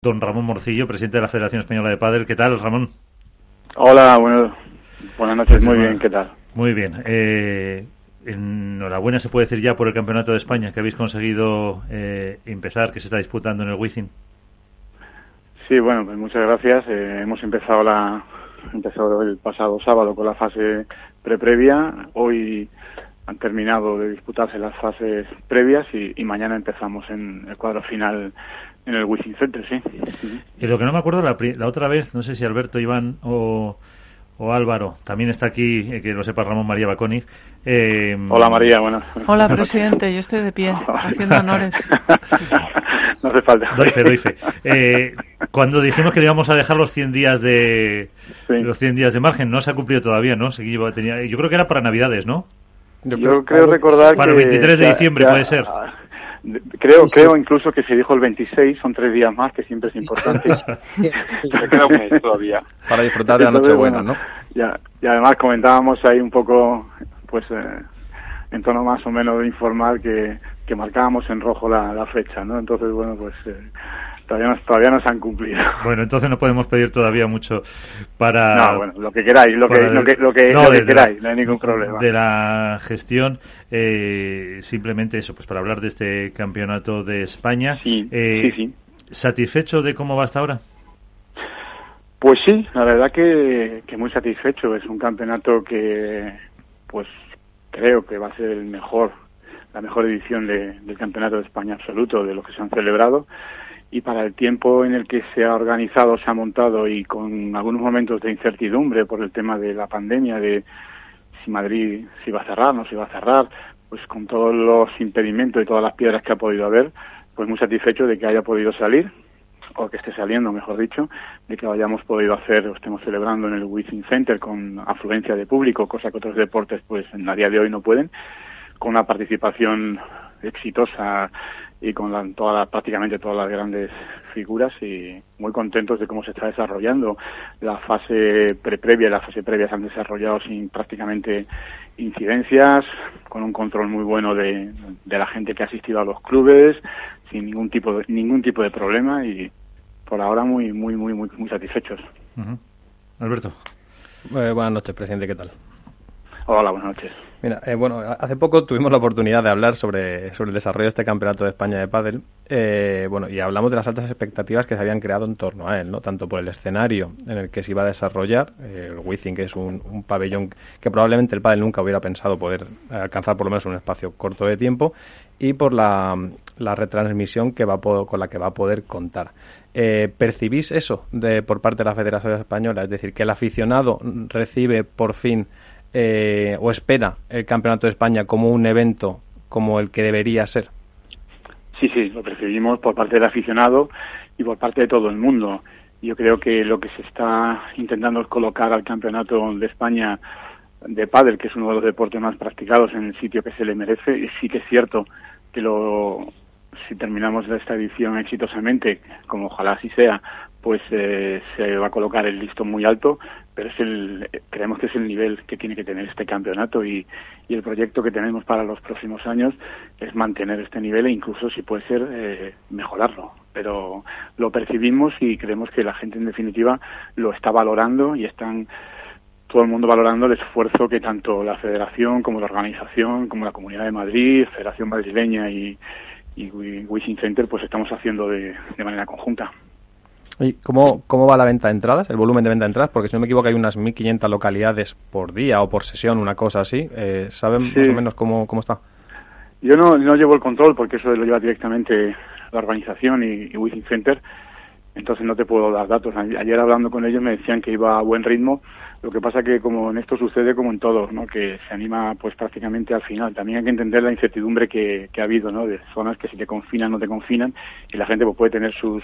Don Ramón Morcillo, presidente de la Federación Española de Pádel. ¿Qué tal, Ramón? Hola, buenas noches, muy bien, ¿qué tal? Muy bien. Enhorabuena, se puede decir ya, por el Campeonato de España que habéis conseguido empezar, que se está disputando en el Wizzing. Sí, bueno, pues muchas gracias. Hemos empezado el pasado sábado con la fase previa. Hoy han terminado de disputarse las fases previas y mañana empezamos en el cuadro final en el Wizzing Center, sí. Y lo que no me acuerdo la otra vez, no sé si Alberto, Iván o Álvaro, también está aquí, que lo sepa Ramón, María Baconi. Hola María, bueno. Hola presidente, yo estoy de pie, haciendo honores. No hace falta. Doy fe. Cuando dijimos que le íbamos a dejar los 100 días de los 100 días de margen, no se ha cumplido todavía, ¿no? Yo creo que era para Navidades, ¿no? Yo creo recordar para que... el 23 de diciembre puede ser. Creo incluso que se dijo el 26, son 3 días más, que siempre es importante. Se queda un mes todavía. Para disfrutar de la Nochebuena, ¿no? Y además comentábamos ahí un poco, pues, en tono más o menos informal, que marcábamos en rojo la fecha, ¿no? Entonces, bueno, pues... Todavía no se han cumplido. Bueno, entonces no podemos pedir todavía mucho para... No, bueno, lo que queráis, lo que queráis, no hay ningún problema. De la gestión, simplemente eso, pues para hablar de este campeonato de España. Sí. ¿Satisfecho de cómo va hasta ahora? Pues sí, la verdad que muy satisfecho. Es un campeonato que, pues, creo que va a ser la mejor edición del Campeonato de España absoluto, de los que se han celebrado. Y para el tiempo en el que se ha organizado, se ha montado, y con algunos momentos de incertidumbre por el tema de la pandemia, de si Madrid se iba a cerrar, no se iba a cerrar, pues con todos los impedimentos y todas las piedras que ha podido haber, pues muy satisfecho de que haya podido salir, o que esté saliendo, mejor dicho, de que lo hayamos podido hacer, o estemos celebrando en el Wizzing Center con afluencia de público, cosa que otros deportes pues a día de hoy no pueden, con una participación exitosa y con prácticamente todas las grandes figuras, y muy contentos de cómo se está desarrollando. La fase previa y la fase previa se han desarrollado sin prácticamente incidencias, con un control muy bueno de la gente que ha asistido a los clubes, sin ningún tipo de problema, y por ahora muy satisfechos. Uh-huh. Alberto. Buenas noches, presidente, ¿qué tal? Hola, buenas noches. Mira, hace poco tuvimos la oportunidad de hablar sobre el desarrollo de este Campeonato de España de Pádel, y hablamos de las altas expectativas que se habían creado en torno a él, ¿no? Tanto por el escenario en el que se iba a desarrollar, el Wizzing, que es un pabellón que probablemente el pádel nunca hubiera pensado poder alcanzar por lo menos un espacio corto de tiempo, y por la retransmisión con la que va a poder contar. ¿Percibís eso por parte de la Federación Española? Es decir, que el aficionado recibe por fin o espera el Campeonato de España como un evento como el que debería ser. Sí, lo percibimos por parte del aficionado y por parte de todo el mundo. Yo creo que lo que se está intentando es colocar al Campeonato de España de pádel, que es uno de los deportes más practicados, en el sitio que se le merece. Y sí que es cierto que si terminamos esta edición exitosamente, como ojalá así sea, pues se va a colocar el listón muy alto, pero creemos que es el nivel que tiene que tener este campeonato, y el proyecto que tenemos para los próximos años es mantener este nivel e incluso, si puede ser, mejorarlo. Pero lo percibimos y creemos que la gente, en definitiva, lo está valorando, y están todo el mundo valorando el esfuerzo que tanto la Federación como la organización, como la Comunidad de Madrid, Federación Madrileña y Wizzing Center, pues estamos haciendo de manera conjunta. ¿Y cómo va la venta de entradas, el volumen de venta de entradas? Porque si no me equivoco hay unas 1.500 localidades por día o por sesión, una cosa así. ¿Saben más o menos cómo está? Yo no llevo el control, porque eso lo lleva directamente la organización y Wizzing Center, entonces no te puedo dar datos. Ayer, hablando con ellos, me decían que iba a buen ritmo. Lo que pasa que, como en esto sucede como en todo, ¿no?, que se anima pues prácticamente al final. También hay que entender la incertidumbre que ha habido, ¿no?, de zonas que si te confinan, no te confinan, y la gente pues puede tener sus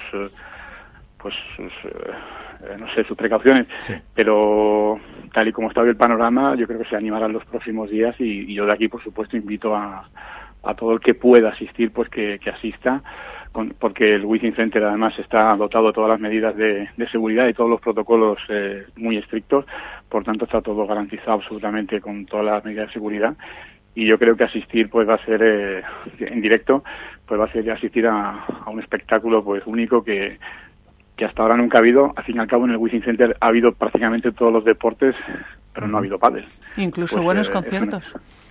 precauciones, sí. Pero tal y como está hoy el panorama, yo creo que se animarán los próximos días, y yo de aquí, por supuesto, invito a todo el que pueda asistir, pues que asista, porque el Wizzing Center además está dotado de todas las medidas de seguridad y todos los protocolos muy estrictos, por tanto está todo garantizado absolutamente con todas las medidas de seguridad, y yo creo que asistir pues va a ser en directo, pues va a ser asistir a un espectáculo pues único, que que hasta ahora nunca ha habido. Al fin y al cabo, en el Withing Center ha habido prácticamente todos los deportes, pero no ha habido pádel. Incluso pues, buenos conciertos.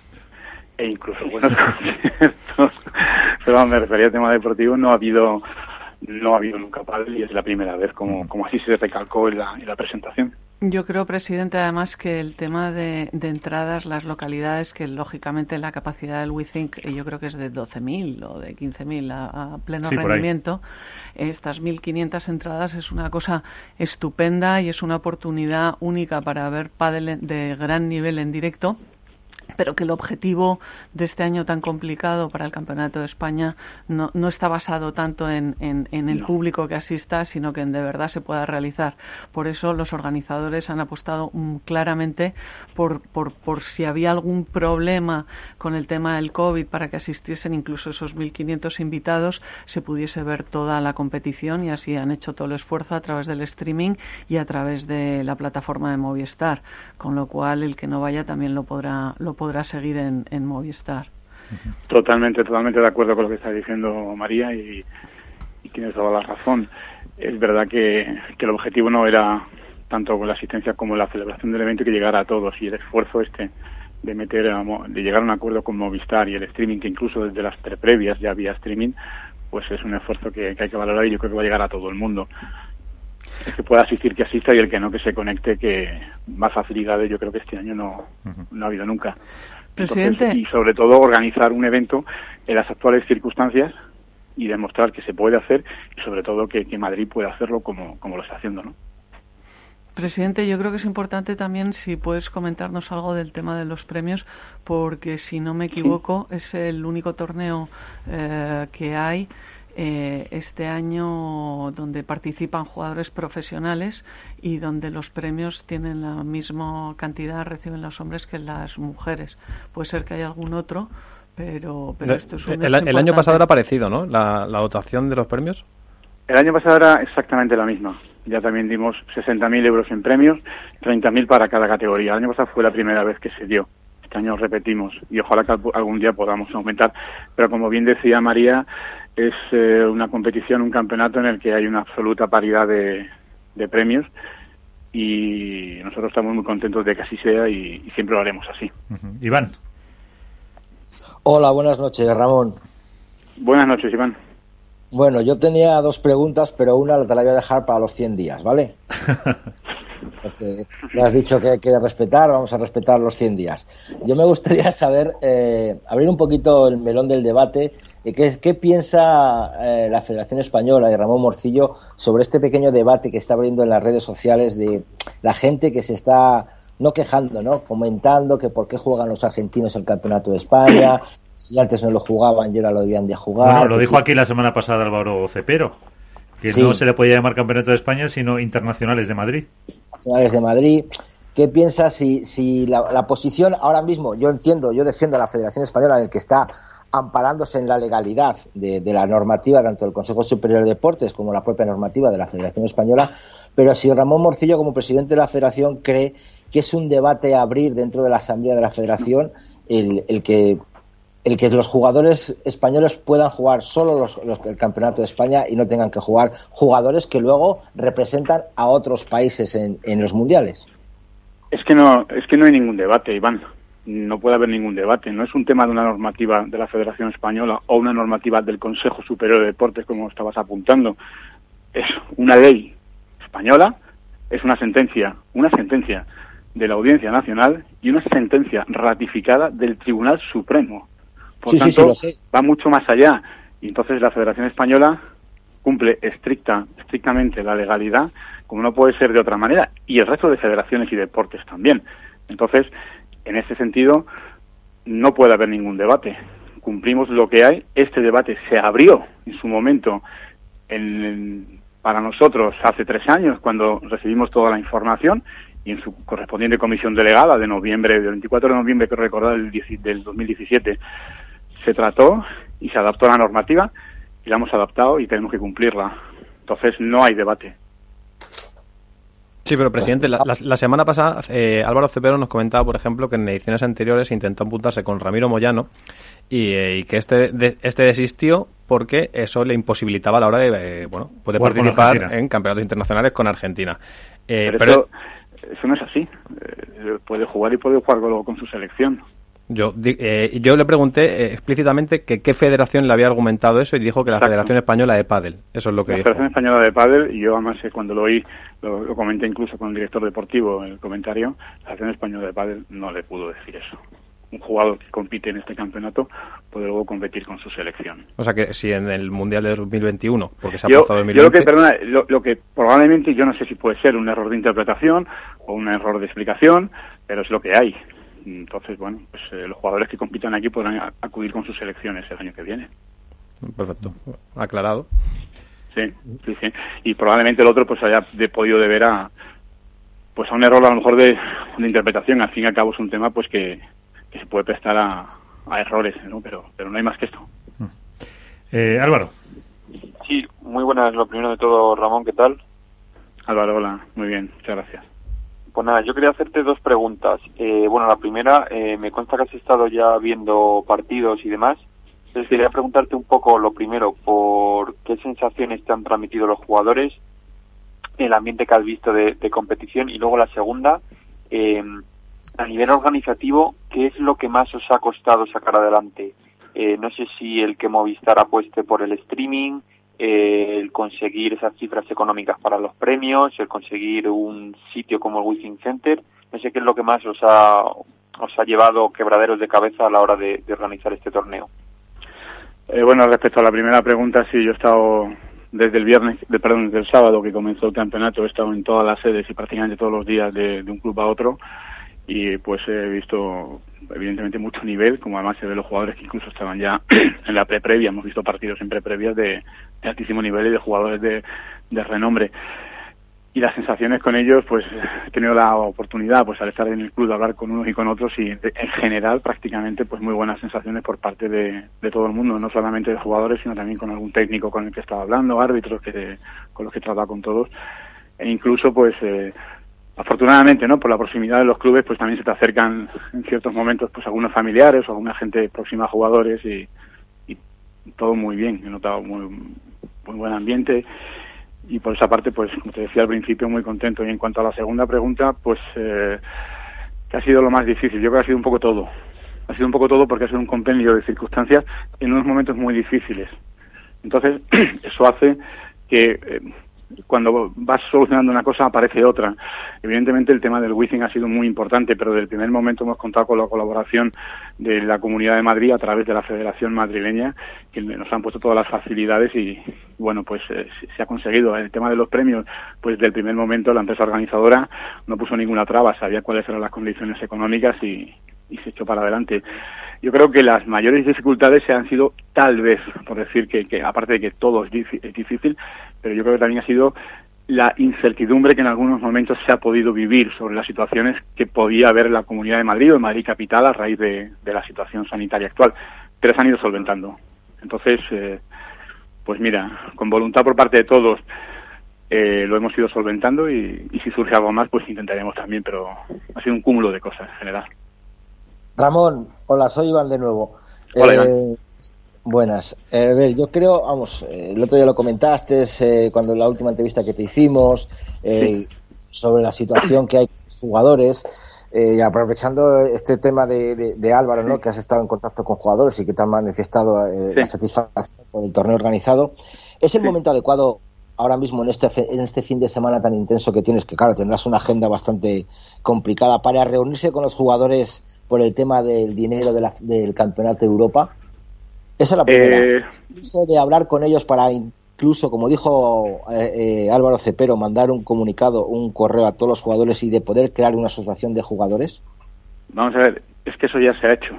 Incluso buenos conciertos. Pero me refería al tema deportivo, no ha habido nunca pádel, y es la primera vez, como así se recalcó en la presentación. Yo creo, presidente, además que el tema de entradas, las localidades, que lógicamente la capacidad del WeThink yo creo que es de 12.000 o de 15.000 a pleno rendimiento, estas 1.500 entradas es una cosa estupenda y es una oportunidad única para ver pádel de gran nivel en directo, pero que el objetivo de este año tan complicado para el Campeonato de España no está basado tanto en el público que asista, sino que de verdad se pueda realizar. Por eso los organizadores han apostado claramente por si había algún problema con el tema del COVID, para que asistiesen incluso esos 1.500 invitados, se pudiese ver toda la competición, y así han hecho todo el esfuerzo a través del streaming y a través de la plataforma de Movistar, con lo cual el que no vaya también lo podrá seguir en Movistar. Totalmente de acuerdo con lo que está diciendo María, y tienes toda la razón. Es verdad que el objetivo no era tanto con la asistencia como la celebración del evento, que llegara a todos, y el esfuerzo de llegar a un acuerdo con Movistar y el streaming, que incluso desde las previas ya había streaming, pues es un esfuerzo que hay que valorar, y yo creo que va a llegar a todo el mundo. El que pueda asistir, que asista, y el que no, que se conecte, que más facilidades yo creo que este año no ha habido nunca. Presidente. Entonces, y sobre todo organizar un evento en las actuales circunstancias y demostrar que se puede hacer, y sobre todo que Madrid puede hacerlo como lo está haciendo, ¿no? Presidente, yo creo que es importante también si puedes comentarnos algo del tema de los premios, porque si no me equivoco es el único torneo que hay este año donde participan jugadores profesionales y donde los premios tienen la misma cantidad, reciben los hombres que las mujeres. Puede ser que haya algún otro, pero esto es un el año pasado era parecido, ¿no? La dotación de los premios. El año pasado era exactamente la misma. Ya también dimos 60.000 euros en premios, 30.000 para cada categoría. El año pasado fue la primera vez que se dio. Este año repetimos, y ojalá que algún día podamos aumentar. Pero como bien decía María, es una competición, un campeonato en el que hay una absoluta paridad de premios, y nosotros estamos muy contentos de que así sea, y siempre lo haremos así. Iván. Hola, buenas noches, Ramón. Buenas noches, Iván. Bueno, yo tenía dos preguntas, pero una te la voy a dejar para los 100 días, ¿vale? Porque me has dicho que hay que respetar, vamos a respetar los 100 días. Yo me gustaría saber, abrir un poquito el melón del debate, ¿qué piensa la Federación Española y Ramón Morcillo sobre este pequeño debate que está abriendo en las redes sociales de la gente que se está no quejando, ¿no? Comentando que por qué juegan los argentinos el Campeonato de España, si antes no lo jugaban y ahora lo debían de jugar. Bueno, lo dijo aquí la semana pasada Álvaro Cepero, que no se le podía llamar Campeonato de España, sino Internacionales de Madrid. Nacionales de Madrid. ¿Qué piensas si la posición ahora mismo, yo defiendo a la Federación Española, en el que está amparándose en la legalidad de la normativa tanto del Consejo Superior de Deportes como la propia normativa de la Federación Española, pero si Ramón Morcillo, como presidente de la Federación, cree que es un debate a abrir dentro de la Asamblea de la Federación el que los jugadores españoles puedan jugar solo el Campeonato de España y no tengan que jugar jugadores que luego representan a otros países en los mundiales. Es que no hay ningún debate, Iván. No puede haber ningún debate. No es un tema de una normativa de la Federación Española o una normativa del Consejo Superior de Deportes, como estabas apuntando. Es una ley española, es una sentencia de la Audiencia Nacional y una sentencia ratificada del Tribunal Supremo. Por tanto, va mucho más allá. Y entonces la Federación Española cumple estrictamente la legalidad, como no puede ser de otra manera, y el resto de federaciones y deportes también. Entonces, en ese sentido, no puede haber ningún debate. Cumplimos lo que hay. Este debate se abrió en su momento para nosotros hace 3 años, cuando recibimos toda la información, y en su correspondiente comisión delegada del 24 de noviembre, que recordar, del 2017, se trató y se adaptó a la normativa, y la hemos adaptado y tenemos que cumplirla. Entonces no hay debate. Sí, pero presidente, la semana pasada Álvaro Cepero nos comentaba, por ejemplo, que en ediciones anteriores intentó apuntarse con Ramiro Moyano y que este desistió porque eso le imposibilitaba a la hora de puede participar en campeonatos internacionales con Argentina. Pero eso no es así. Puede jugar y puede jugar luego con su selección. Yo le pregunté explícitamente que qué federación le había argumentado eso y dijo que la Federación Española de Pádel. Eso es lo que dijo. La Federación Española de Pádel, y yo además cuando lo oí, lo comenté incluso con el director deportivo en el comentario, la Federación Española de Pádel no le pudo decir eso. Un jugador que compite en este campeonato puede luego competir con su selección. O sea que si en el Mundial de 2021, porque se ha pasado 2020... Lo que probablemente, yo no sé si puede ser un error de interpretación o un error de explicación, pero es lo que hay. Entonces, bueno, pues los jugadores que compitan aquí podrán acudir con sus selecciones el año que viene. Perfecto. Aclarado. Sí. Y probablemente el otro pues haya podido deber a un error a lo mejor de interpretación. Al fin y al cabo es un tema pues que se puede prestar a errores, ¿no? Pero no hay más que esto. Álvaro. Sí, muy buenas. Lo primero de todo, Ramón, ¿qué tal? Álvaro, hola. Muy bien, muchas gracias. Pues nada, yo quería hacerte dos preguntas. La primera, me consta que has estado ya viendo partidos y demás. Entonces quería preguntarte un poco, lo primero, por qué sensaciones te han transmitido los jugadores, el ambiente que has visto de competición, y luego la segunda, a nivel organizativo, ¿qué es lo que más os ha costado sacar adelante? No sé si el que Movistar apueste por el streaming, el conseguir esas cifras económicas para los premios, el conseguir un sitio como el Withing Center, no sé qué es lo que más os ha llevado quebraderos de cabeza a la hora de organizar este torneo. Respecto a la primera pregunta, sí, yo he estado desde el sábado que comenzó el campeonato, he estado en todas las sedes y prácticamente todos los días de un club a otro, y pues he visto evidentemente mucho nivel, como además se ve los jugadores que incluso estaban ya en la pre-previa. Hemos visto partidos en pre-previas de altísimo nivel y de jugadores de renombre. Y las sensaciones con ellos, pues he tenido la oportunidad, pues al estar en el club, de hablar con unos y con otros, y en general prácticamente pues muy buenas sensaciones por parte de todo el mundo, no solamente de jugadores, sino también con algún técnico con el que estaba hablando, árbitros con los que he tratado con todos, e incluso pues afortunadamente, ¿no?, por la proximidad de los clubes, pues también se te acercan en ciertos momentos pues algunos familiares o alguna gente próxima a jugadores, y todo muy bien. He notado muy buen ambiente, y por esa parte, pues como te decía al principio, muy contento. Y en cuanto a la segunda pregunta, pues ¿qué ha sido lo más difícil? Yo creo que ha sido un poco todo. Ha sido un poco todo porque ha sido un compendio de circunstancias en unos momentos muy difíciles. Entonces, eso hace que cuando vas solucionando una cosa aparece otra. Evidentemente el tema del Withing ha sido muy importante, pero desde el primer momento hemos contado con la colaboración de la Comunidad de Madrid a través de la Federación Madrileña, que nos han puesto todas las facilidades, y bueno, pues se ha conseguido. El tema de los premios, pues desde el primer momento la empresa organizadora no puso ninguna traba, sabía cuáles eran las condiciones económicas y se echó para adelante. Yo creo que las mayores dificultades se han sido, tal vez, por decir que aparte de que todo es difícil, pero yo creo que también ha sido la incertidumbre que en algunos momentos se ha podido vivir sobre las situaciones que podía haber en la Comunidad de Madrid o en Madrid Capital a raíz de la situación sanitaria actual, pero se han ido solventando. Entonces, pues mira, con voluntad por parte de todos, lo hemos ido solventando, y si surge algo más, pues intentaremos también, pero ha sido un cúmulo de cosas en general. Ramón, hola, soy Iván de nuevo. Hola, Iván. Buenas. A ver, yo creo, el otro día lo comentaste cuando en la última entrevista que te hicimos, sobre la situación que hay con los jugadores, aprovechando este tema de Álvaro, ¿no?, que has estado en contacto con jugadores y que te han manifestado la satisfacción por el torneo organizado. ¿Es el momento adecuado ahora mismo en este fin de semana tan intenso que tienes, que claro, tendrás una agenda bastante complicada, para reunirse con los jugadores por el tema del dinero del Campeonato de Europa? Esa es la primera. Eso de hablar con ellos para incluso, como dijo Álvaro Cepero, mandar un comunicado, un correo a todos los jugadores y de poder crear una asociación de jugadores. Vamos a ver, es que eso ya se ha hecho.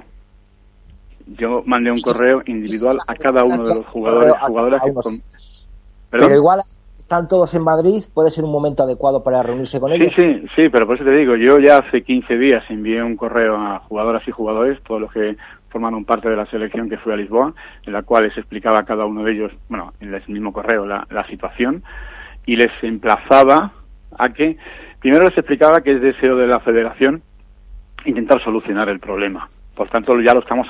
Yo mandé un correo individual a cada uno de los jugadoras que... Pero igual están todos en Madrid, ¿puede ser un momento adecuado para reunirse con ellos? Sí, pero por eso te digo, yo ya hace 15 días envié un correo a jugadoras y jugadores, todos los que formaron parte de la selección que fue a Lisboa, en la cual les explicaba a cada uno de ellos, bueno, en el mismo correo, la situación, y les emplazaba a que Primero les explicaba que es deseo de la Federación intentar solucionar el problema. Por tanto, ya lo estamos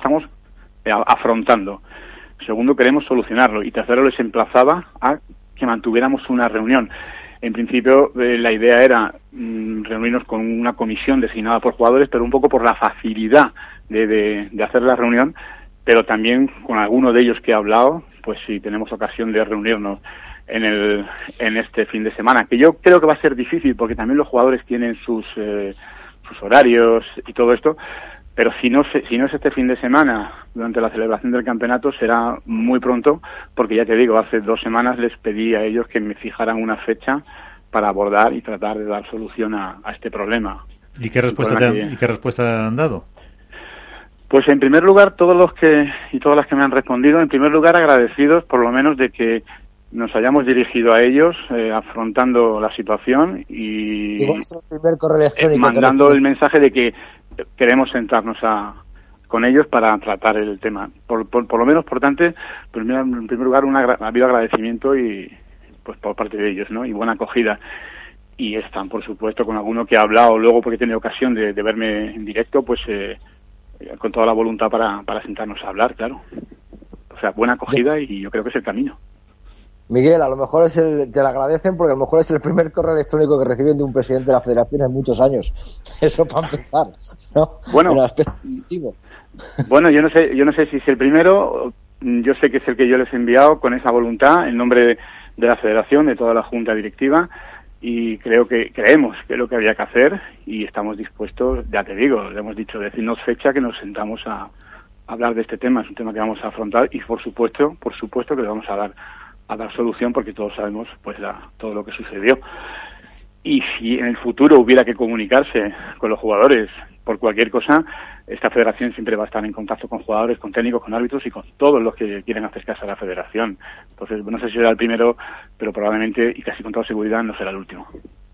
afrontando. Segundo, queremos solucionarlo. Y tercero, les emplazaba a que mantuviéramos una reunión. En principio, la idea era reunirnos con una comisión designada por jugadores, pero un poco por la facilidad de hacer la reunión, pero también con alguno de ellos que he hablado, pues si tenemos ocasión de reunirnos en este fin de semana, que yo creo que va a ser difícil, porque también los jugadores tienen sus horarios y todo esto, pero si no es este fin de semana, durante la celebración del campeonato, será muy pronto, porque ya te digo, hace 2 semanas les pedí a ellos que me fijaran una fecha para abordar y tratar de dar solución a este problema. ¿Y qué respuesta han dado? Pues en primer lugar, todos los que y todas las que me han respondido, en primer lugar agradecidos por lo menos de que nos hayamos dirigido a ellos afrontando la situación y mandando el mensaje de que queremos sentarnos con ellos para tratar el tema. Por lo menos, en primer lugar, ha habido agradecimiento y pues por parte de ellos, ¿no? Y buena acogida. Y están, por supuesto, con alguno que ha hablado luego porque he tenido ocasión de verme en directo, pues con toda la voluntad para sentarnos a hablar, claro. O sea, buena acogida y yo creo que es el camino. Miguel, a lo mejor te lo agradecen porque a lo mejor es el primer correo electrónico que reciben de un presidente de la Federación en muchos años. Eso para empezar, ¿no? Bueno, en el aspecto positivo. Bueno, yo no sé si es el primero. Yo sé que es el que yo les he enviado con esa voluntad en nombre de la Federación, de toda la Junta Directiva, y creemos que es lo que había que hacer y estamos dispuestos, ya te digo, le hemos dicho, decirnos fecha que nos sentamos a hablar de este tema. Es un tema que vamos a afrontar y por supuesto que le vamos a dar solución, porque todos sabemos pues todo lo que sucedió. Y si en el futuro hubiera que comunicarse con los jugadores por cualquier cosa, esta federación siempre va a estar en contacto con jugadores, con técnicos, con árbitros y con todos los que quieren acercarse a la federación. Entonces, no sé si será el primero, pero probablemente, y casi con toda seguridad, no será el último.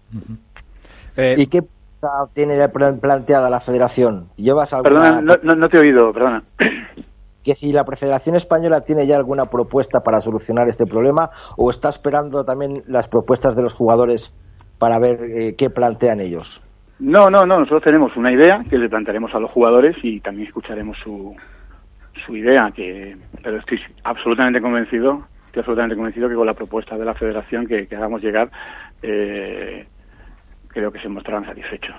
¿Y qué tiene planteada la federación? ¿Llevas alguna... Perdona, no te he oído, perdona. Que si la Federación Española tiene ya alguna propuesta para solucionar este problema o está esperando también las propuestas de los jugadores para ver qué plantean ellos. No, nosotros tenemos una idea que le plantearemos a los jugadores y también escucharemos su idea, pero estoy absolutamente convencido que con la propuesta de la Federación que hagamos llegar, creo que se mostrarán satisfechos.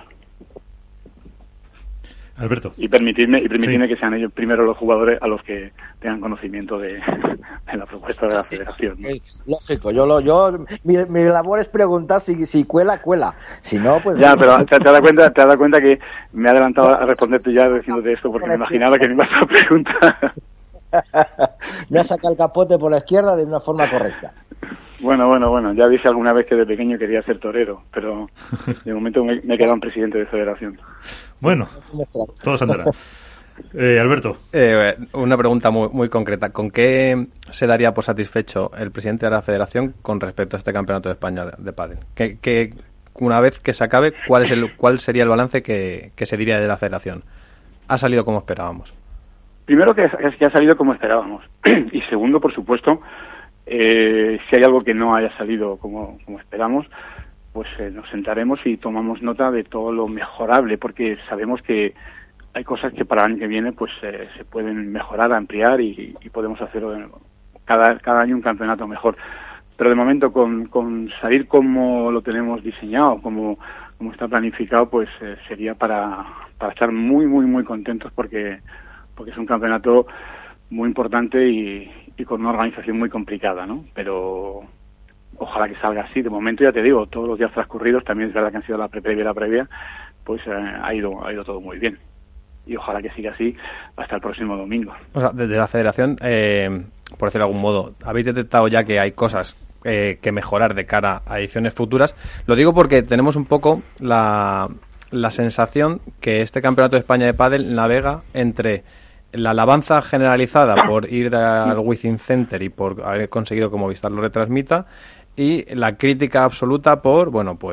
Alberto. Y permitirme que sean ellos primero los jugadores a los que tengan conocimiento de la propuesta de la Federación, ¿no? Lógico, mi labor es preguntar si cuela. Si no, pues... Ya, pero te has dado cuenta que me he adelantado a responderte ya diciéndote esto porque me imaginaba que me ibas a preguntar. Me ha sacado el capote por la izquierda de una forma correcta. Bueno, ya dije alguna vez que de pequeño quería ser torero, pero de momento me he quedado en presidente de federación. Bueno, todo se andará. Alberto. Una pregunta muy, muy concreta. ¿Con qué se daría por satisfecho el presidente de la federación con respecto a este campeonato de España de pádel? ¿Qué, una vez que se acabe, cuál sería el balance que se diría de la federación? ¿Ha salido como esperábamos? Primero que ha salido como esperábamos. Y segundo, por supuesto, si hay algo que no haya salido como esperamos, pues nos sentaremos y tomamos nota de todo lo mejorable, porque sabemos que hay cosas que para el año que viene pues se pueden mejorar, ampliar y podemos hacer cada año un campeonato mejor. Pero de momento con salir como lo tenemos diseñado, como está planificado, pues sería para estar muy, muy, muy contentos porque es un campeonato muy importante y con una organización muy complicada, ¿no? Pero ojalá que salga así. De momento, ya te digo, todos los días transcurridos, también es verdad que han sido la previa, pues ha ido todo muy bien. Y ojalá que siga así hasta el próximo domingo. O sea, desde la federación, por decirlo de algún modo, ¿habéis detectado ya que hay cosas que mejorar de cara a ediciones futuras? Lo digo porque tenemos un poco la sensación que este Campeonato de España de Pádel navega entre la alabanza generalizada por ir al Within Center y por haber conseguido que Movistar lo retransmita y la crítica absoluta por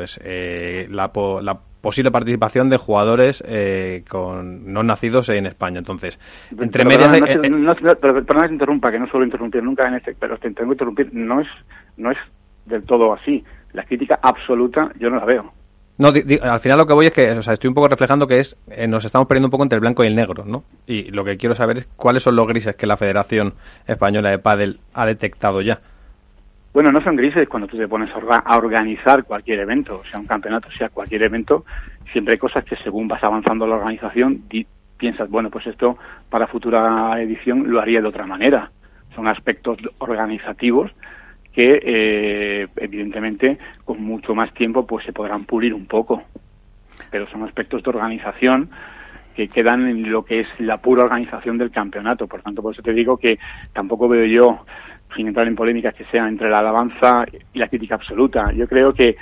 la posible participación de jugadores no nacidos en España. Entonces, entre medias... Perdona que te interrumpa, que no suelo interrumpir nunca pero te tengo que interrumpir. No es del todo así. La crítica absoluta yo no la veo. No, al final lo que voy es que, o sea, estoy un poco reflejando que nos estamos perdiendo un poco entre el blanco y el negro, ¿no? Y lo que quiero saber es cuáles son los grises que la Federación Española de Pádel ha detectado ya. Bueno, no son grises cuando tú te pones a organizar cualquier evento, sea un campeonato, sea cualquier evento, siempre hay cosas que según vas avanzando en la organización piensas, bueno, pues esto para futura edición lo haría de otra manera. Son aspectos organizativos que evidentemente con mucho más tiempo pues se podrán pulir un poco, pero son aspectos de organización que quedan en lo que es la pura organización del campeonato. Por tanto, por eso te digo que tampoco veo yo, sin entrar en polémicas, que sea entre la alabanza y la crítica absoluta. Yo creo que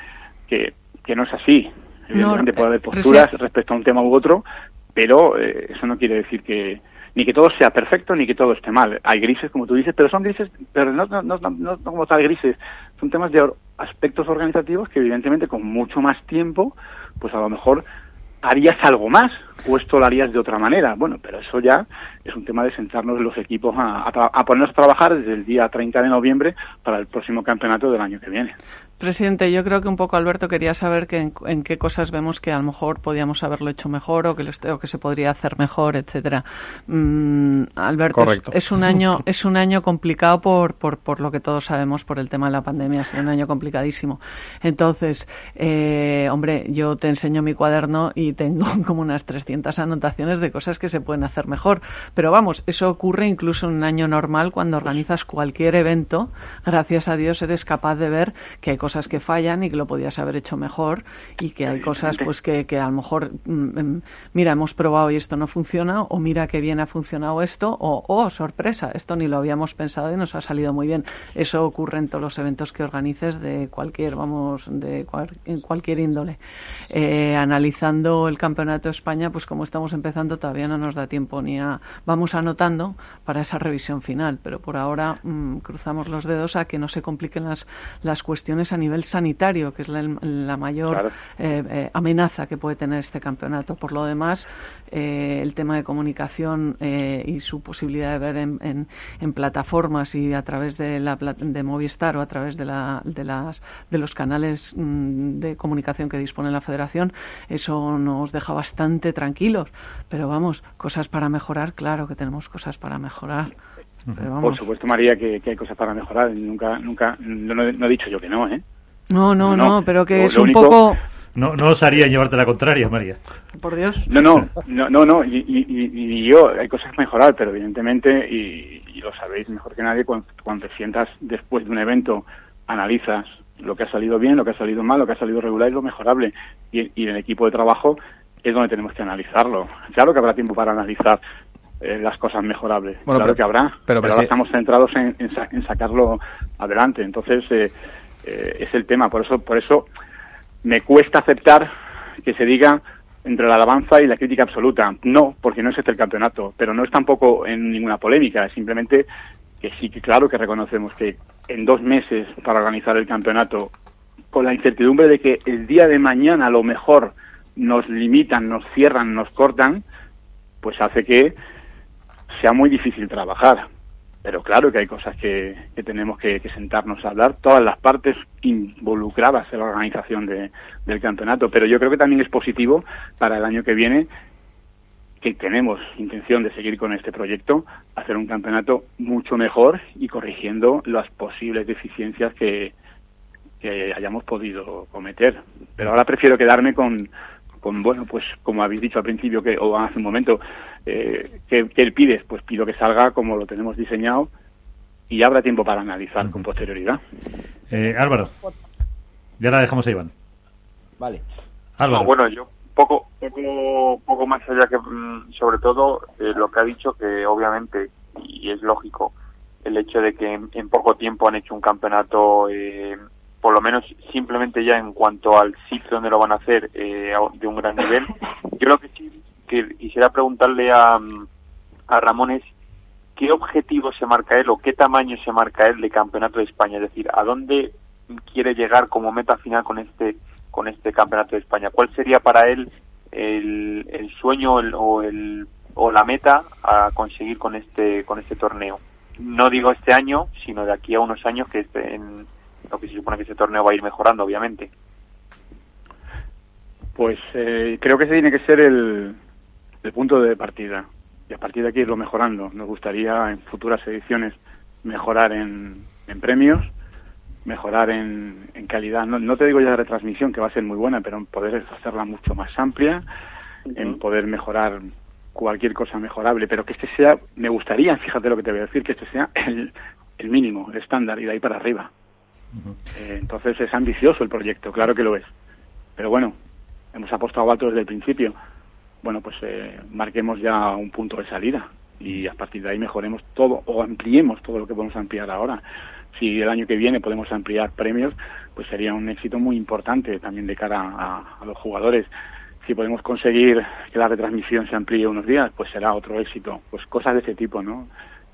no es así. Evidentemente puede haber posturas respecto a un tema u otro, pero eso no quiere decir que ni que todo sea perfecto ni que todo esté mal. Hay grises, como tú dices, pero son grises, pero no como tal grises. Son temas de aspectos organizativos que evidentemente con mucho más tiempo, pues a lo mejor harías algo más, o esto lo harías de otra manera. Bueno, pero eso ya es un tema de sentarnos los equipos a ponernos a trabajar desde el día 30 de noviembre para el próximo campeonato del año que viene. Presidente, yo creo que un poco Alberto quería saber que en qué cosas vemos que a lo mejor podíamos haberlo hecho mejor o que se podría hacer mejor, etcétera. Alberto, es un año complicado por lo que todos sabemos por el tema de la pandemia, ha sido un año complicadísimo. Entonces, hombre, yo te enseño mi cuaderno y tengo como unas 300 anotaciones de cosas que se pueden hacer mejor. Pero vamos, eso ocurre incluso en un año normal cuando organizas cualquier evento. Gracias a Dios eres capaz de ver que hay cosas que fallan y que lo podías haber hecho mejor y que hay cosas pues que a lo mejor mira, hemos probado y esto no funciona, o mira que bien ha funcionado esto, o sorpresa, esto ni lo habíamos pensado y nos ha salido muy bien. Eso ocurre en todos los eventos que organices de cualquier en cualquier índole. Analizando el Campeonato de España, pues como estamos empezando todavía no nos da tiempo vamos anotando para esa revisión final, pero por ahora cruzamos los dedos a que no se compliquen las cuestiones a nivel sanitario, que es la mayor amenaza que puede tener este campeonato. Por lo demás, el tema de comunicación y su posibilidad de ver en plataformas y a través de Movistar o a través de los canales de comunicación que dispone la Federación, eso nos deja bastante tranquilos. Pero vamos, cosas para mejorar, claro que tenemos cosas para mejorar. Pero vamos. Por supuesto, María, que hay cosas para mejorar. Nunca, no he dicho yo que no, ¿eh? No, pero que es un poco... No osaría llevarte la contraria, María. Por Dios. No. Y yo, hay cosas que mejorar, pero evidentemente, y lo sabéis mejor que nadie, cuando te sientas después de un evento, analizas lo que ha salido bien, lo que ha salido mal, lo que ha salido regular y lo mejorable. Y en el equipo de trabajo es donde tenemos que analizarlo. Claro que habrá tiempo para analizar las cosas mejorables. Bueno, claro que habrá, pero ahora estamos centrados en sacarlo adelante. Entonces, es el tema. Por eso me cuesta aceptar que se diga entre la alabanza y la crítica absoluta. No, porque no es este el campeonato, pero no es tampoco en ninguna polémica. Es simplemente que sí, que claro que reconocemos que en 2 meses para organizar el campeonato, con la incertidumbre de que el día de mañana a lo mejor nos limitan, nos cierran, nos cortan, pues hace que sea muy difícil trabajar. Pero claro que hay cosas que tenemos que sentarnos a hablar, todas las partes involucradas en la organización del campeonato. Pero yo creo que también es positivo para el año que viene, que tenemos intención de seguir con este proyecto, hacer un campeonato mucho mejor y corrigiendo las posibles deficiencias que hayamos podido cometer. Pero ahora prefiero quedarme con bueno, pues como habéis dicho al principio o hace un momento, ¿qué pides? Pues pido que salga como lo tenemos diseñado y habrá tiempo para analizar con posterioridad. Álvaro, ya la dejamos a Iván. Vale. Álvaro. No, bueno, yo poco más allá que sobre todo lo que ha dicho, que obviamente, y es lógico, el hecho de que en poco tiempo han hecho un campeonato por lo menos simplemente ya en cuanto al sitio donde lo van a hacer, de un gran nivel. Yo lo que sí que quisiera preguntarle a Ramón es qué objetivo se marca él o qué tamaño se marca él de Campeonato de España, es decir, a dónde quiere llegar como meta final con este Campeonato de España. ¿Cuál sería para él el sueño o la meta a conseguir con este torneo? No digo este año, sino de aquí a unos años, que en lo que se supone que ese torneo va a ir mejorando, obviamente. Pues creo que ese tiene que ser el punto de partida. Y a partir de aquí irlo mejorando. Nos gustaría en futuras ediciones mejorar en premios, mejorar en calidad. No te digo ya de retransmisión, que va a ser muy buena, pero en poder hacerla mucho más amplia, en poder mejorar cualquier cosa mejorable, pero que este sea, me gustaría, fíjate lo que te voy a decir, que este sea el mínimo, el estándar, y de ahí para arriba. Entonces es ambicioso el proyecto, claro que lo es. Pero bueno, hemos apostado alto desde el principio. Bueno, pues marquemos ya un punto de salida y a partir de ahí mejoremos todo o ampliemos todo lo que podemos ampliar ahora. Si el año que viene podemos ampliar premios, pues sería un éxito muy importante también de cara a los jugadores. Si podemos conseguir que la retransmisión se amplíe unos días, pues será otro éxito. Pues cosas de ese tipo, ¿no?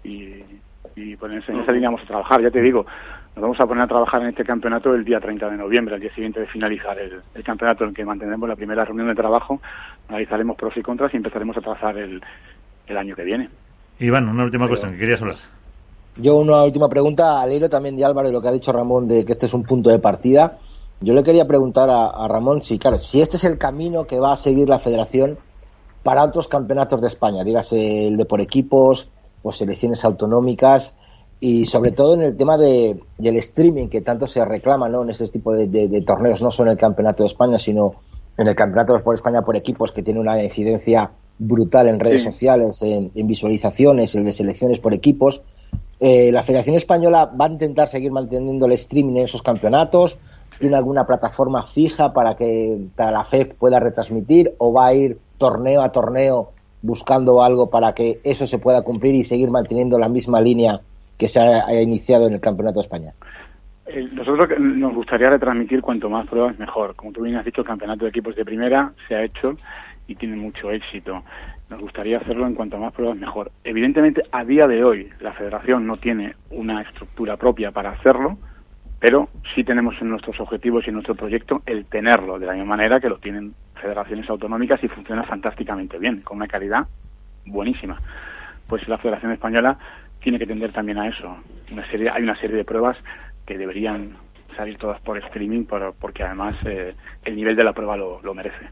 Y pues en esa línea vamos a trabajar, ya te digo. Nos vamos a poner a trabajar en este campeonato el día 30 de noviembre, al día siguiente de finalizar el campeonato, en el que mantendremos la primera reunión de trabajo, analizaremos pros y contras y empezaremos a trazar el año que viene. Iván, una última cuestión que querías hablar. Yo una última pregunta al hilo también de Álvaro y lo que ha dicho Ramón de que este es un punto de partida. Yo le quería preguntar a Ramón si este es el camino que va a seguir la Federación para otros campeonatos de España, dígase el de por equipos o selecciones autonómicas, y sobre todo en el tema del streaming que tanto se reclama, ¿no?, en este tipo de torneos, no solo en el Campeonato de España, sino en el Campeonato por España por equipos, que tiene una incidencia brutal en redes sociales, en visualizaciones, el de selecciones por equipos. ¿La Federación Española va a intentar seguir manteniendo el streaming en esos campeonatos? ¿Tiene alguna plataforma fija para la FEP pueda retransmitir, o va a ir torneo a torneo buscando algo para que eso se pueda cumplir y seguir manteniendo la misma línea que se ha iniciado en el Campeonato de España? Nosotros nos gustaría retransmitir cuanto más pruebas mejor. Como tú bien has dicho, el Campeonato de Equipos de Primera se ha hecho y tiene mucho éxito. Nos gustaría hacerlo en cuanto más pruebas mejor. Evidentemente, a día de hoy, la Federación no tiene una estructura propia para hacerlo, pero sí tenemos en nuestros objetivos y en nuestro proyecto el tenerlo, de la misma manera que lo tienen federaciones autonómicas y funciona fantásticamente bien, con una calidad buenísima. Pues la Federación Española tiene que tender también a eso. Hay una serie de pruebas que deberían salir todas por streaming, porque además el nivel de la prueba lo merece.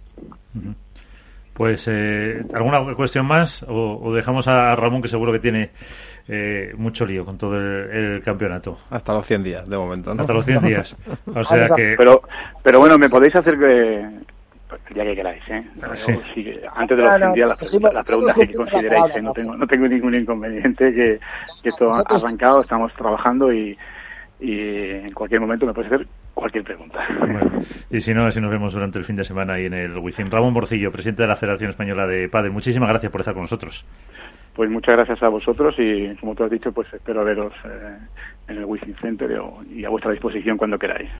Pues, ¿alguna cuestión más? ¿O dejamos a Ramón, que seguro que tiene mucho lío con todo el campeonato? Hasta los 100 días, de momento, ¿no? Hasta los 100 días. O sea que... Pero bueno, me podéis hacer el día que queráis, ¿eh? Sí. Antes de los 100 días, las preguntas que consideréis, ¿eh? No tengo ningún inconveniente, que esto ha arrancado, estamos trabajando y en cualquier momento me puedes hacer cualquier pregunta. Bueno, y si no, así nos vemos durante el fin de semana ahí en el Wizzing. Ramón Borcillo, presidente de la Federación Española de Pádel, muchísimas gracias por estar con nosotros. Pues muchas gracias a vosotros y, como tú has dicho, pues espero veros en el Wizzing Center y a vuestra disposición cuando queráis.